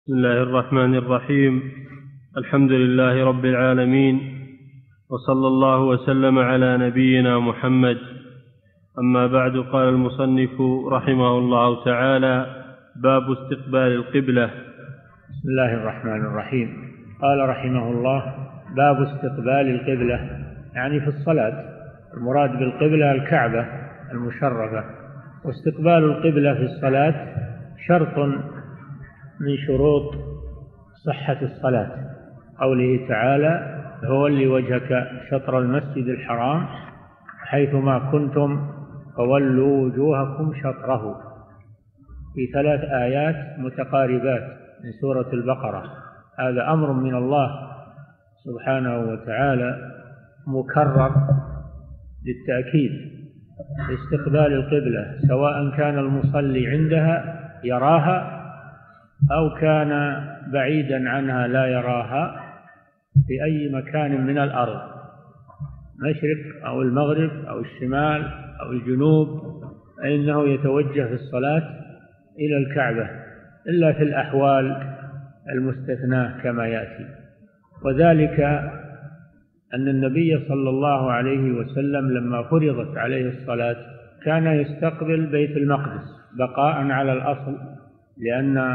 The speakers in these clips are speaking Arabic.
بسم الله الرحمن الرحيم. الحمد لله رب العالمين، وصلى الله وسلم على نبينا محمد. أما بعد، قال المصنف رحمه الله تعالى: باب استقبال القبلة. بسم الله الرحمن الرحيم. قال رحمه الله: باب استقبال القبلة، يعني في الصلاة. المراد بالقبلة الكعبة المشرفة، واستقبال القبلة في الصلاة شرط من شروط صحة الصلاة. قوله تعالى: فول وجهك شطر المسجد الحرام حيثما كنتم فولوا وجوهكم شطره، في 3 آيات متقاربات من سورة البقرة. هذا أمر من الله سبحانه وتعالى مكرر للتأكيد باستقبال القبلة، سواء كان المصلي عندها يراها أو كان بعيدا عنها لا يراها، في أي مكان من الأرض، مشرق أو المغرب أو الشمال أو الجنوب، فإنه يتوجه في الصلاة إلى الكعبة، إلا في الأحوال المستثناة كما يأتي. وذلك أن النبي صلى الله عليه وسلم لما فرضت عليه الصلاة كان يستقبل بيت المقدس بقاء على الأصل، لأن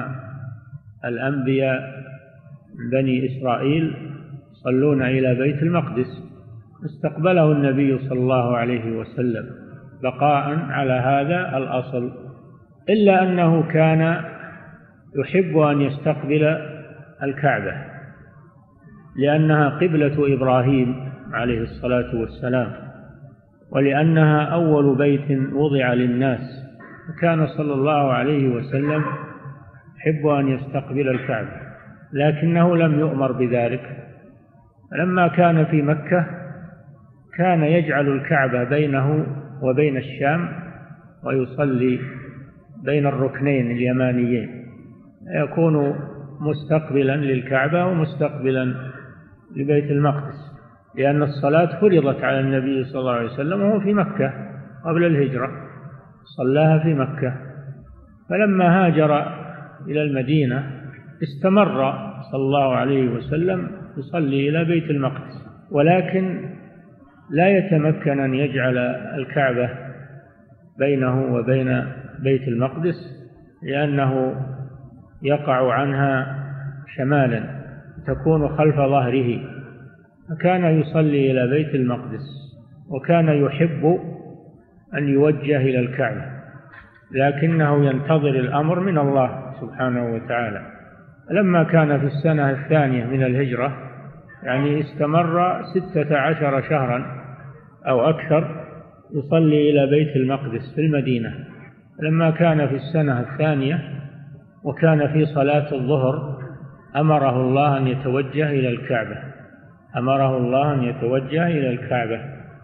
الأنبياء من بني إسرائيل يصلون إلى بيت المقدس، استقبله النبي صلى الله عليه وسلم بقاء على هذا الأصل، إلا أنه كان يحب أن يستقبل الكعبة لأنها قبلة إبراهيم عليه الصلاة والسلام، ولأنها أول بيت وضع للناس، وكان صلى الله عليه وسلم يحب أن يستقبل الكعبة، لكنه لم يؤمر بذلك. لما كان في مكة كان يجعل الكعبة بينه وبين الشام، ويصلي بين الركنين اليمانيين، يكون مستقبلا للكعبة ومستقبلا لبيت المقدس، لأن الصلاة فرضت على النبي صلى الله عليه وسلم وهو في مكة قبل الهجرة، صلاها في مكة. فلما هاجر إلى المدينة استمر صلى الله عليه وسلم يصلي إلى بيت المقدس، ولكن لا يتمكن أن يجعل الكعبة بينه وبين بيت المقدس، لأنه يقع عنها شمالا، تكون خلف ظهره، فكان يصلي إلى بيت المقدس، وكان يحب أن يوجه إلى الكعبة، لكنه ينتظر الأمر من الله سبحانه وتعالى. لما كان في السنة 2 من الهجرة، يعني استمر 16 شهرا أو أكثر يصلي إلى بيت المقدس في المدينة. لما كان في السنة 2 وكان في صلاة الظهر أمره الله أن يتوجه إلى الكعبة، أمره الله أن يتوجه إلى الكعبة،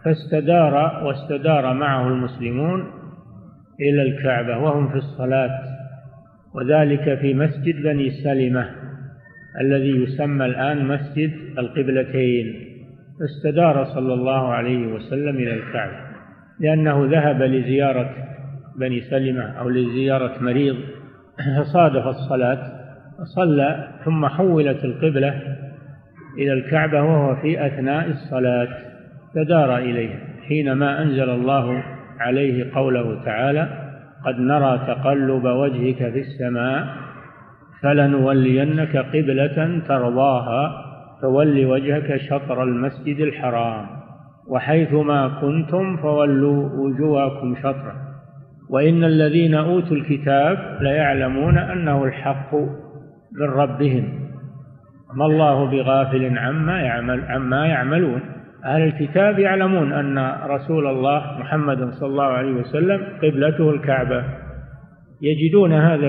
واستدار معه المسلمون إلى الكعبة وهم في الصلاة، وذلك في مسجد بني سلمة الذي يسمى الآن مسجد القبلتين. فاستدار صلى الله عليه وسلم إلى الكعبة، لأنه ذهب لزيارة بني سلمة أو لزيارة مريض، فصادف الصلاة صلى، ثم حولت القبلة إلى الكعبة وهو في أثناء الصلاة، فدار إليه حينما أنزل الله عليه قوله تعالى: قد نرى تقلب وجهك في السماء فلنولينك قبلة ترضاها فول وجهك شطر المسجد الحرام وحيثما كنتم فولوا وجوهكم شطره وإن الذين أوتوا الكتاب ليعلمون أنه الحق من ربهم وما الله بغافل عما يعملون. أهل الكتاب يعلمون أن رسول الله محمد صلى الله عليه وسلم قبلته الكعبة، يجدون هذا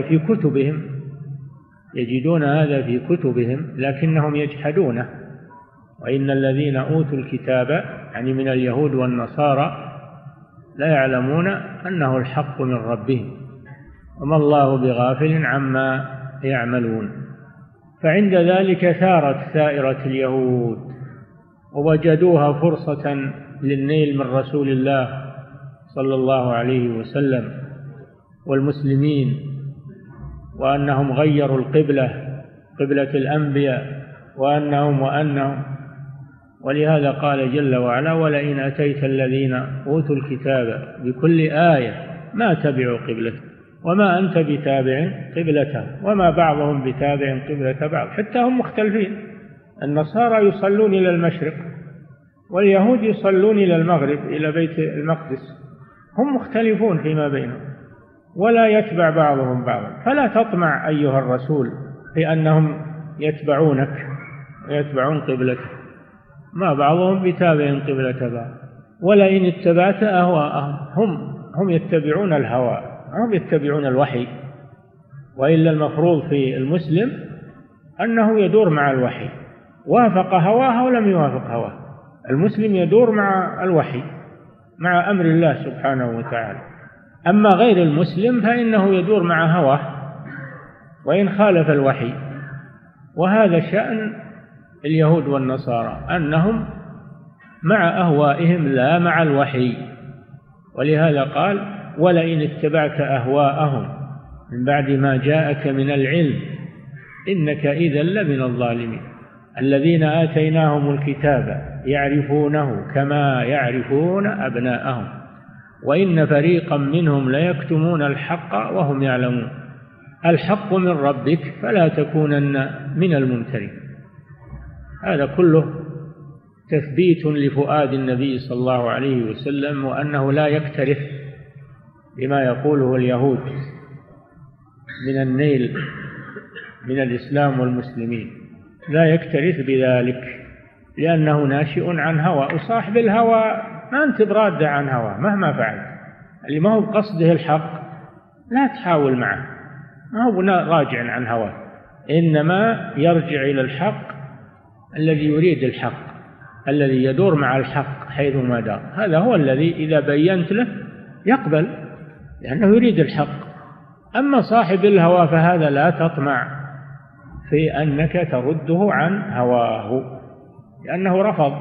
في كتبهم لكنهم يجحدونه. وإن الذين أوتوا الكتاب، يعني من اليهود والنصارى، لا يعلمون أنه الحق من ربهم وما الله بغافل عما يعملون. فعند ذلك ثارت ثائرة اليهود، ووجدوها فرصة للنيل من رسول الله صلى الله عليه وسلم والمسلمين، وأنهم غيروا القبلة قبلة الأنبياء وأنهم. ولهذا قال جل وعلا: ولئن أتيت الذين أوتوا الكتاب بكل آية ما تبعوا قبلتك وما أنت بتابع قبلتهم وما بعضهم بتابع قبلة بعض. حتى هم مختلفين، النصارى يصلون إلى المشرق واليهود يصلون إلى المغرب إلى بيت المقدس، هم مختلفون فيما بينهم ولا يتبع بعضهم بعضا. فلا تطمع أيها الرسول في أنهم يتبعونك ويتبعون قبلتك، ما بعضهم بتابع قبلة بعض. ولئن اتبعت أهواءهم، هم يتبعون الهوى، هم يتبعون الوحي، وإلا المفروض في المسلم أنه يدور مع الوحي، وافق هواه أو لم يوافق هواه. المسلم يدور مع الوحي، مع أمر الله سبحانه وتعالى. أما غير المسلم فإنه يدور مع هواه وإن خالف الوحي. وهذا شأن اليهود والنصارى، أنهم مع أهوائهم لا مع الوحي. ولهذا قال: ولئن اتبعت أهواءهم من بعد ما جاءك من العلم إنك إذا لمن الظالمين. الذين آتيناهم الكتاب يعرفونه كما يعرفون أبناءهم وإن فريقا منهم ليكتمون الحق وهم يعلمون. الحق من ربك فلا تكونن من الممترين. هذا كله تثبيت لفؤاد النبي صلى الله عليه وسلم، وأنه لا يكترث بما يقوله اليهود من النيل من الإسلام والمسلمين، لا يكترث بذلك، لأنه ناشئ عن هوى. وصاحب الهوى ما أنت برادة عن هوى مهما فعل، اللي ما هو بقصده الحق لا تحاول معه، ما هو راجع عن هوى، إنما يرجع إلى الحق الذي يريد الحق، الذي يدور مع الحق حيثما دار. هذا هو الذي إذا بينت له يقبل، لأنه يريد الحق. أما صاحب الهوى فهذا لا تطمع في أنك ترده عن هواه، لأنه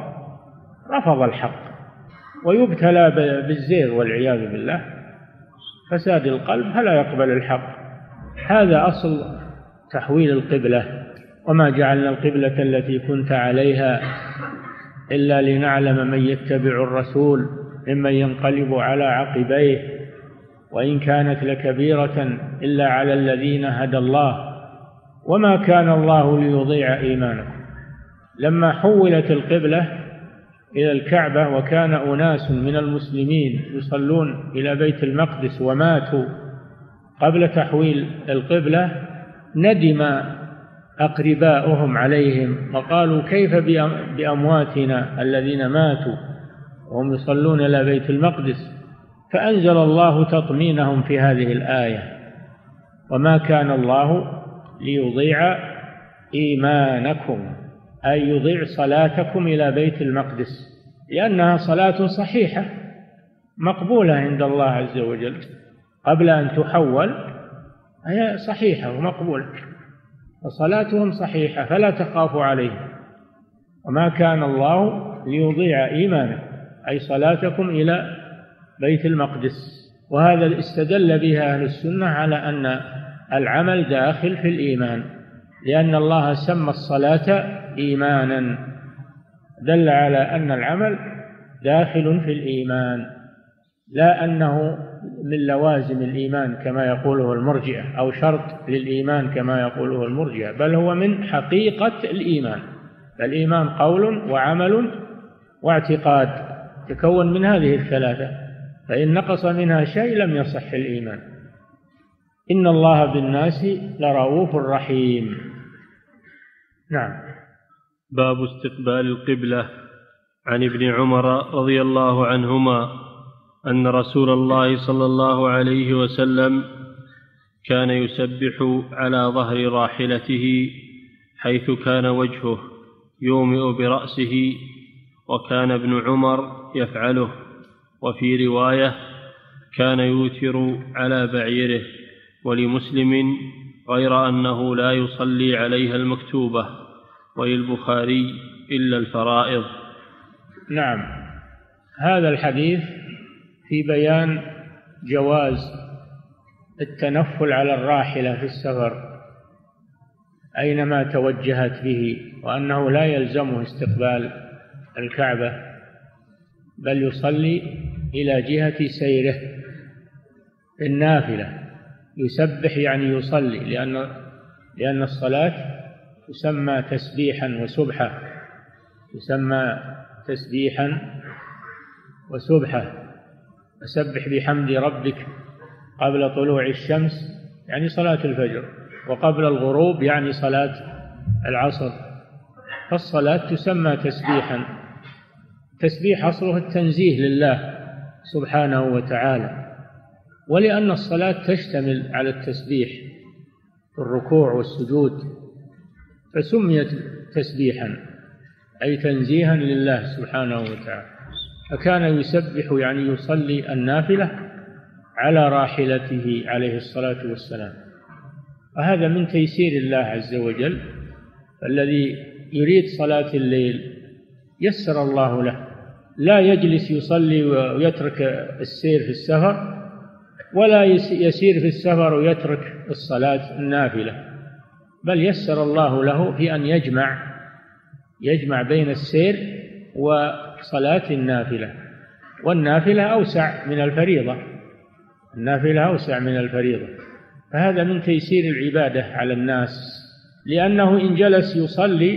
رفض الحق، ويبتلى بالزيغ والعياذ بالله، فساد القلب فلا يقبل الحق. هذا أصل تحويل القبلة: وما جعلنا القبلة التي كنت عليها إلا لنعلم من يتبع الرسول ممن ينقلب على عقبيه وإن كانت لكبيرة إلا على الذين هدى الله وما كان الله ليضيع إيمانكم. لما حولت القبلة إلى الكعبة وكان أناس من المسلمين يصلون إلى بيت المقدس وماتوا قبل تحويل القبلة، ندم أقرباؤهم عليهم وقالوا: كيف بأمواتنا الذين ماتوا وهم يصلون إلى بيت المقدس؟ فأنزل الله تطمينهم في هذه الآية: وما كان الله ليضيع إيمانكم، أي يضيع صلاتكم إلى بيت المقدس، لأنها صلاة صحيحة مقبولة عند الله عز وجل قبل أن تحول، هي صحيحة ومقبولة، فصلاتهم صحيحة فلا تخافوا عليهم. وما كان الله ليضيع إيمانكم، أي صلاتكم إلى بيت المقدس. وهذا استدل بها أهل السنة على أن العمل داخل في الإيمان، لأن الله سمى الصلاة إيمانا، دل على أن العمل داخل في الإيمان، لا أنه من لوازم الإيمان كما يقوله المرجئة أو شرط للإيمان كما يقوله المرجئة، بل هو من حقيقة الإيمان. فالإيمان قول وعمل واعتقاد، تكون من هذه الثلاثة، فإن نقص منها شيء لم يصح الإيمان. إن الله بالناس لرؤوف رحيم. نعم. باب استقبال القبلة. عن ابن عمر رضي الله عنهما أن رسول الله صلى الله عليه وسلم كان يسبح على ظهر راحلته حيث كان وجهه يومئ برأسه، وكان ابن عمر يفعله. وفي رواية: كان يوتر على بعيره. ولمسلم: غير أنه لا يصلي عليها المكتوبة. وللبخاري: إلا الفرائض. نعم. هذا الحديث في بيان جواز التنفل على الراحلة في السفر، أينما توجهت به، وأنه لا يلزمه استقبال الكعبة، بل يصلي إلى جهة سيره في النافلة. يسبح يعني يصلي، لأن الصلاة تسمى تسبيحا وسبحة، تسمى تسبيحا وسبحة. فسبح بحمد ربك قبل طلوع الشمس يعني صلاة الفجر، وقبل الغروب يعني صلاة العصر. فالصلاة تسمى تسبيحا. تسبيح أصله التنزيه لله سبحانه وتعالى، ولأن الصلاة تشتمل على التسبيح في الركوع والسجود فسميت تسبيحا، أي تنزيها لله سبحانه وتعالى. فكان يسبح يعني يصلي النافلة على راحلته عليه الصلاة والسلام. وهذا من تيسير الله عز وجل. الذي يريد صلاة الليل يسر الله له، لا يجلس يصلي ويترك السير في السفر، ولا يسير في السفر ويترك الصلاة النافلة، بل يسر الله له في أن يجمع بين السير وصلاة النافلة. والنافلة أوسع من الفريضة، النافلة أوسع من الفريضة. فهذا من تيسير العبادة على الناس، لأنه إن جلس يصلي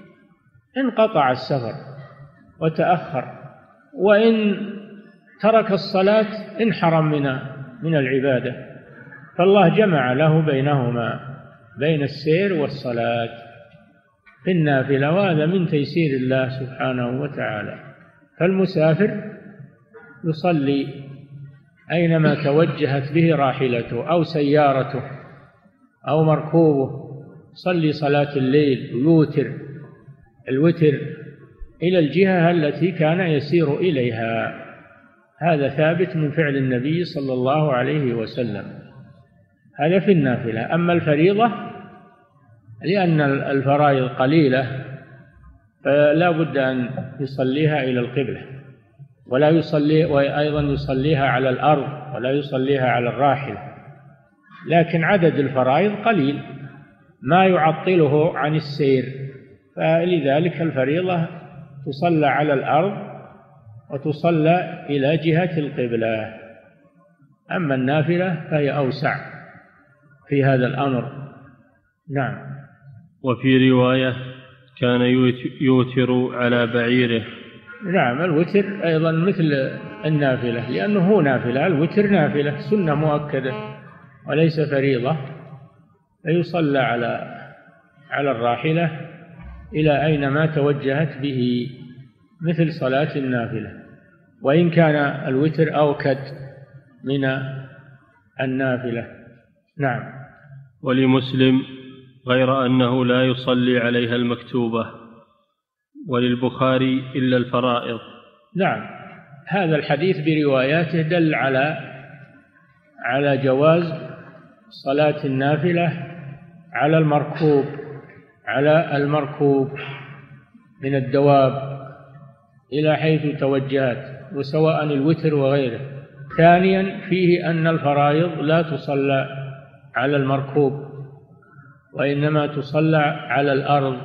انقطع السفر وتأخر، وإن ترك الصلاة انحرم من العبادة. فالله جمع له بينهما، بين السير والصلاة في النافلة، وهذا من تيسير الله سبحانه وتعالى. فالمسافر يصلي أينما توجهت به راحلته أو سيارته أو مركوبه، يصلي صلاة الليل ويوتر الوتر إلى الجهة التي كان يسير إليها. هذا ثابت من فعل النبي صلى الله عليه وسلم. هذا في النافلة. أما الفريضة لأن الفرائض قليلة فلا بد أن يصليها إلى القبلة، ولا يصلي، وأيضا يصليها على الأرض ولا يصليها على الراحل. لكن عدد الفرائض قليل ما يعطله عن السير، فلذلك الفريضة تصلى على الأرض وتصلى إلى جهة القبلة. أما النافلة فهي أوسع في هذا الأمر. نعم. وفي رواية كان يوتر على بعيره. نعم، الوتر أيضا مثل النافلة، لأنه هو نافلة، الوتر نافلة سنة مؤكدة وليس فريضة، فيصلى على الراحلة إلى أينما توجهت به مثل صلاة النافلة، وإن كان الوتر أوكد من النافلة. نعم. ولمسلم غير أنه لا يصلي عليها المكتوبة، وللبخاري إلا الفرائض. نعم، هذا الحديث برواياته دل على جواز صلاة النافلة على المركوب من الدواب إلى حيث توجهت، وسواء الوتر وغيره. ثانيا فيه أن الفرائض لا تصلى على المركوب، وإنما تصلى على الأرض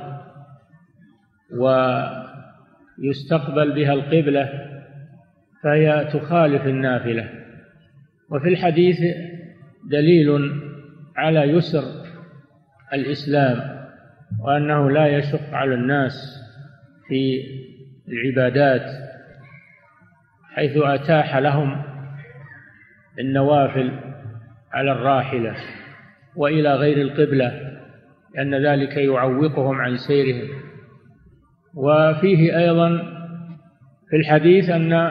ويستقبل بها القبلة، فهي تخالف النافلة. وفي الحديث دليل على يسر الإسلام، وأنه لا يشق على الناس في العبادات، حيث أتاح لهم النوافل على الراحلة وإلى غير القبلة، لأن ذلك يعوقهم عن سيرهم. وفيه أيضا في الحديث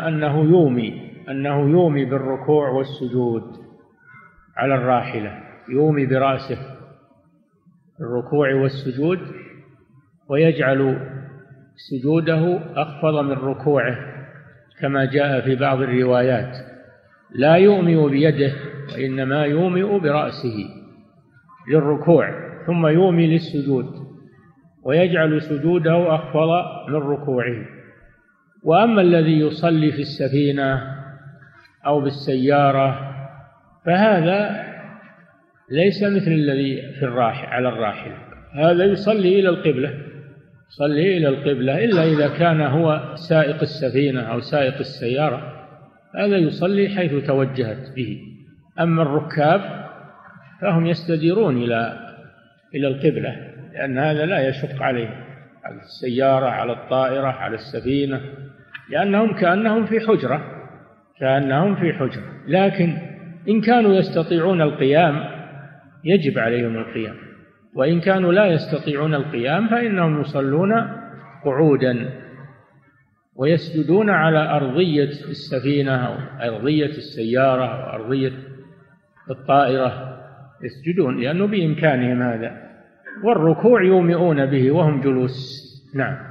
أنه يومي بالركوع والسجود على الراحلة، يومي برأسه الركوع والسجود، ويجعل سجوده أخفض من ركوعه كما جاء في بعض الروايات، لا يومئ بيده وإنما يومئ برأسه للركوع، ثم يومي للسجود، ويجعل سجوده أخفض من ركوعه. وأما الذي يصلي في السفينة أو بالسيارة فهذا ليس مثل الذي على الراحلة، هذا يصلي إلى القبلة، يصلي إلى القبلة، إلا إذا كان هو سائق السفينة أو سائق السيارة، هذا يصلي حيث توجهت به. أما الركاب فهم يستديرون إلى القبلة، لأن هذا لا يشق عليهم، على السيارة، على الطائرة، على السفينة، لأنهم كأنهم في حجرة. لكن إن كانوا يستطيعون القيام يجب عليهم القيام، وإن كانوا لا يستطيعون القيام فإنهم يصلون قعودا ويسجدون على أرضية السفينة أو أرضية السيارة أو أرضية الطائرة، يسجدون لأنه بإمكانهم هذا، والركوع يومئون به وهم جلوس. نعم.